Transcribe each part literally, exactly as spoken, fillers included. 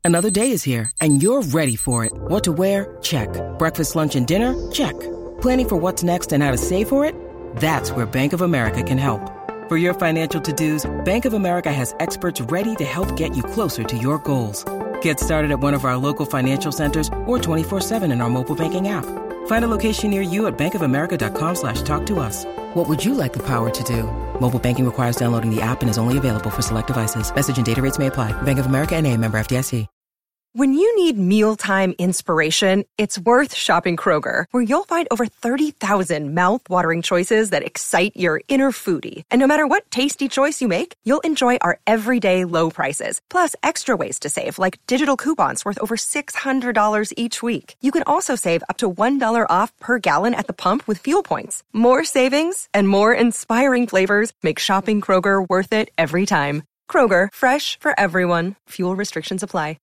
Another day is here, and you're ready for it. What to wear? Check. Breakfast, lunch, and dinner? Check. Planning for what's next and how to save for it? That's where Bank of America can help. For your financial to-dos, Bank of America has experts ready to help get you closer to your goals. Get started at one of our local financial centers or twenty-four seven in our mobile banking app. Find a location near you at bankofamerica.com slash talk to us. What would you like the power to do? Mobile banking requires downloading the app and is only available for select devices. Message and data rates may apply. Bank of America N A, member F D I C. When you need mealtime inspiration, it's worth shopping Kroger, where you'll find over thirty thousand mouth-watering choices that excite your inner foodie. And no matter what tasty choice you make, you'll enjoy our everyday low prices, plus extra ways to save, like digital coupons worth over six hundred dollars each week. You can also save up to one dollar off per gallon at the pump with fuel points. More savings and more inspiring flavors make shopping Kroger worth it every time. Kroger, fresh for everyone. Fuel restrictions apply.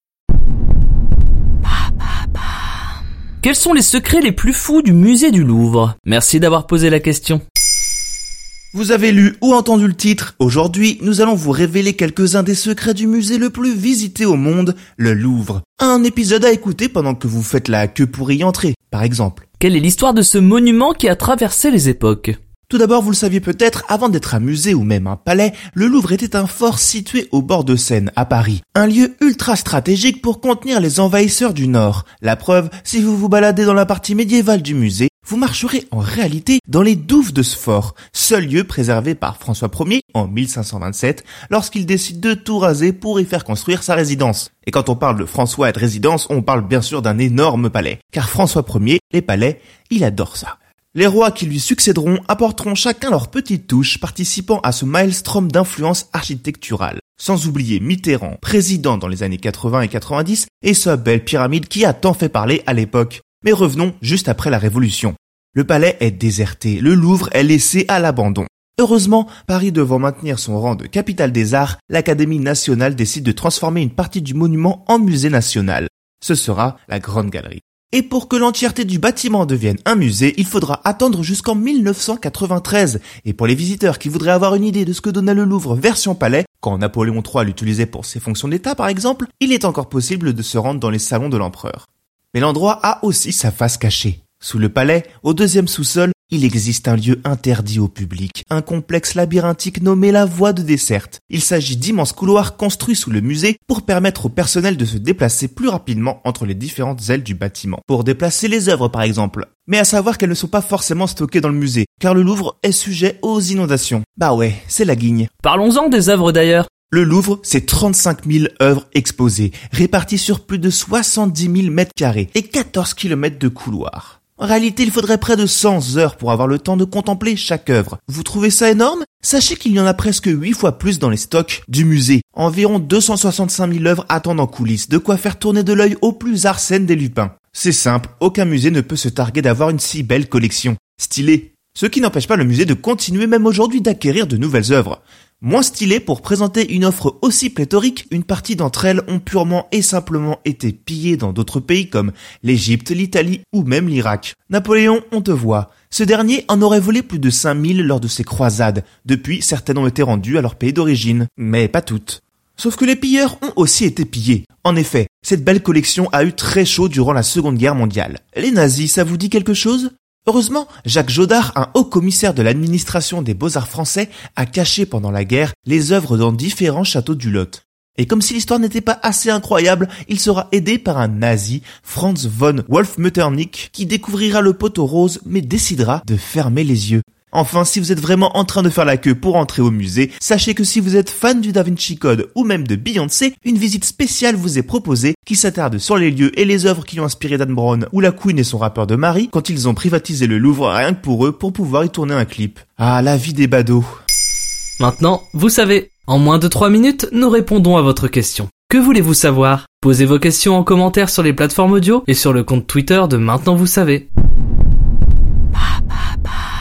Quels sont les secrets les plus fous du musée du Louvre? Merci d'avoir posé la question. Vous avez lu ou entendu le titre. Aujourd'hui, nous allons vous révéler quelques-uns des secrets du musée le plus visité au monde, le Louvre. Un épisode à écouter pendant que vous faites la queue pour y entrer, par exemple. Quelle est l'histoire de ce monument qui a traversé les époques? Tout d'abord, vous le saviez peut-être, avant d'être un musée ou même un palais, le Louvre était un fort situé au bord de Seine, à Paris. Un lieu ultra stratégique pour contenir les envahisseurs du Nord. La preuve, si vous vous baladez dans la partie médiévale du musée, vous marcherez en réalité dans les douves de ce fort, seul lieu préservé par François Ier en mille cinq cent vingt-sept, lorsqu'il décide de tout raser pour y faire construire sa résidence. Et quand on parle de François et de résidence, on parle bien sûr d'un énorme palais. Car François Ier, les palais, il adore ça. Les rois qui lui succéderont apporteront chacun leur petite touche, participant à ce maelstrom d'influence architecturale. Sans oublier Mitterrand, président dans les années quatre-vingts et quatre-vingt-dix, et sa belle pyramide qui a tant fait parler à l'époque. Mais revenons juste après la Révolution. Le palais est déserté, le Louvre est laissé à l'abandon. Heureusement, Paris devant maintenir son rang de capitale des arts, l'Académie nationale décide de transformer une partie du monument en musée national. Ce sera la Grande Galerie. Et pour que l'entièreté du bâtiment devienne un musée, il faudra attendre jusqu'en mille neuf cent quatre-vingt-treize. Et pour les visiteurs qui voudraient avoir une idée de ce que donnait le Louvre version palais, quand Napoléon trois l'utilisait pour ses fonctions d'État par exemple, il est encore possible de se rendre dans les salons de l'empereur. Mais l'endroit a aussi sa face cachée. Sous le palais, au deuxième sous-sol, il existe un lieu interdit au public, un complexe labyrinthique nommé la Voie de Desserte. Il s'agit d'immenses couloirs construits sous le musée pour permettre au personnel de se déplacer plus rapidement entre les différentes ailes du bâtiment. Pour déplacer les œuvres par exemple. Mais à savoir qu'elles ne sont pas forcément stockées dans le musée, car le Louvre est sujet aux inondations. Bah ouais, c'est la guigne. Parlons-en des œuvres d'ailleurs. Le Louvre, c'est trente-cinq mille œuvres exposées, réparties sur plus de soixante-dix mille mètres carrés et quatorze kilomètres de couloirs. En réalité, il faudrait près de cent heures pour avoir le temps de contempler chaque œuvre. Vous trouvez ça énorme? Sachez qu'il y en a presque huit fois plus dans les stocks du musée. Environ deux cent soixante-cinq mille œuvres attendent en coulisses, de quoi faire tourner de l'œil au plus Arsène des Lupins. C'est simple, aucun musée ne peut se targuer d'avoir une si belle collection. Stylé. Ce qui n'empêche pas le musée de continuer même aujourd'hui d'acquérir de nouvelles œuvres. Moins stylé, pour présenter une offre aussi pléthorique, une partie d'entre elles ont purement et simplement été pillées dans d'autres pays comme l'Égypte, l'Italie ou même l'Irak. Napoléon, on te voit. Ce dernier en aurait volé plus de cinq mille lors de ses croisades. Depuis, certaines ont été rendues à leur pays d'origine. Mais pas toutes. Sauf que les pilleurs ont aussi été pillés. En effet, cette belle collection a eu très chaud durant la Seconde Guerre mondiale. Les nazis, ça vous dit quelque chose ? Heureusement, Jacques Jodard, un haut commissaire de l'administration des beaux-arts français, a caché pendant la guerre les œuvres dans différents châteaux du Lot. Et comme si l'histoire n'était pas assez incroyable, il sera aidé par un nazi, Franz von Wolf-Metternich, qui découvrira le poteau rose mais décidera de fermer les yeux. Enfin, si vous êtes vraiment en train de faire la queue pour entrer au musée, sachez que si vous êtes fan du Da Vinci Code ou même de Beyoncé, une visite spéciale vous est proposée qui s'attarde sur les lieux et les œuvres qui ont inspiré Dan Brown ou la Queen et son rappeur de Marie quand ils ont privatisé le Louvre rien que pour eux pour pouvoir y tourner un clip. Ah, la vie des badauds. Maintenant, vous savez, en moins de trois minutes, nous répondons à votre question. Que voulez-vous savoir? Posez vos questions en commentaire sur les plateformes audio et sur le compte Twitter de Maintenant Vous Savez. Pa, pa, pa.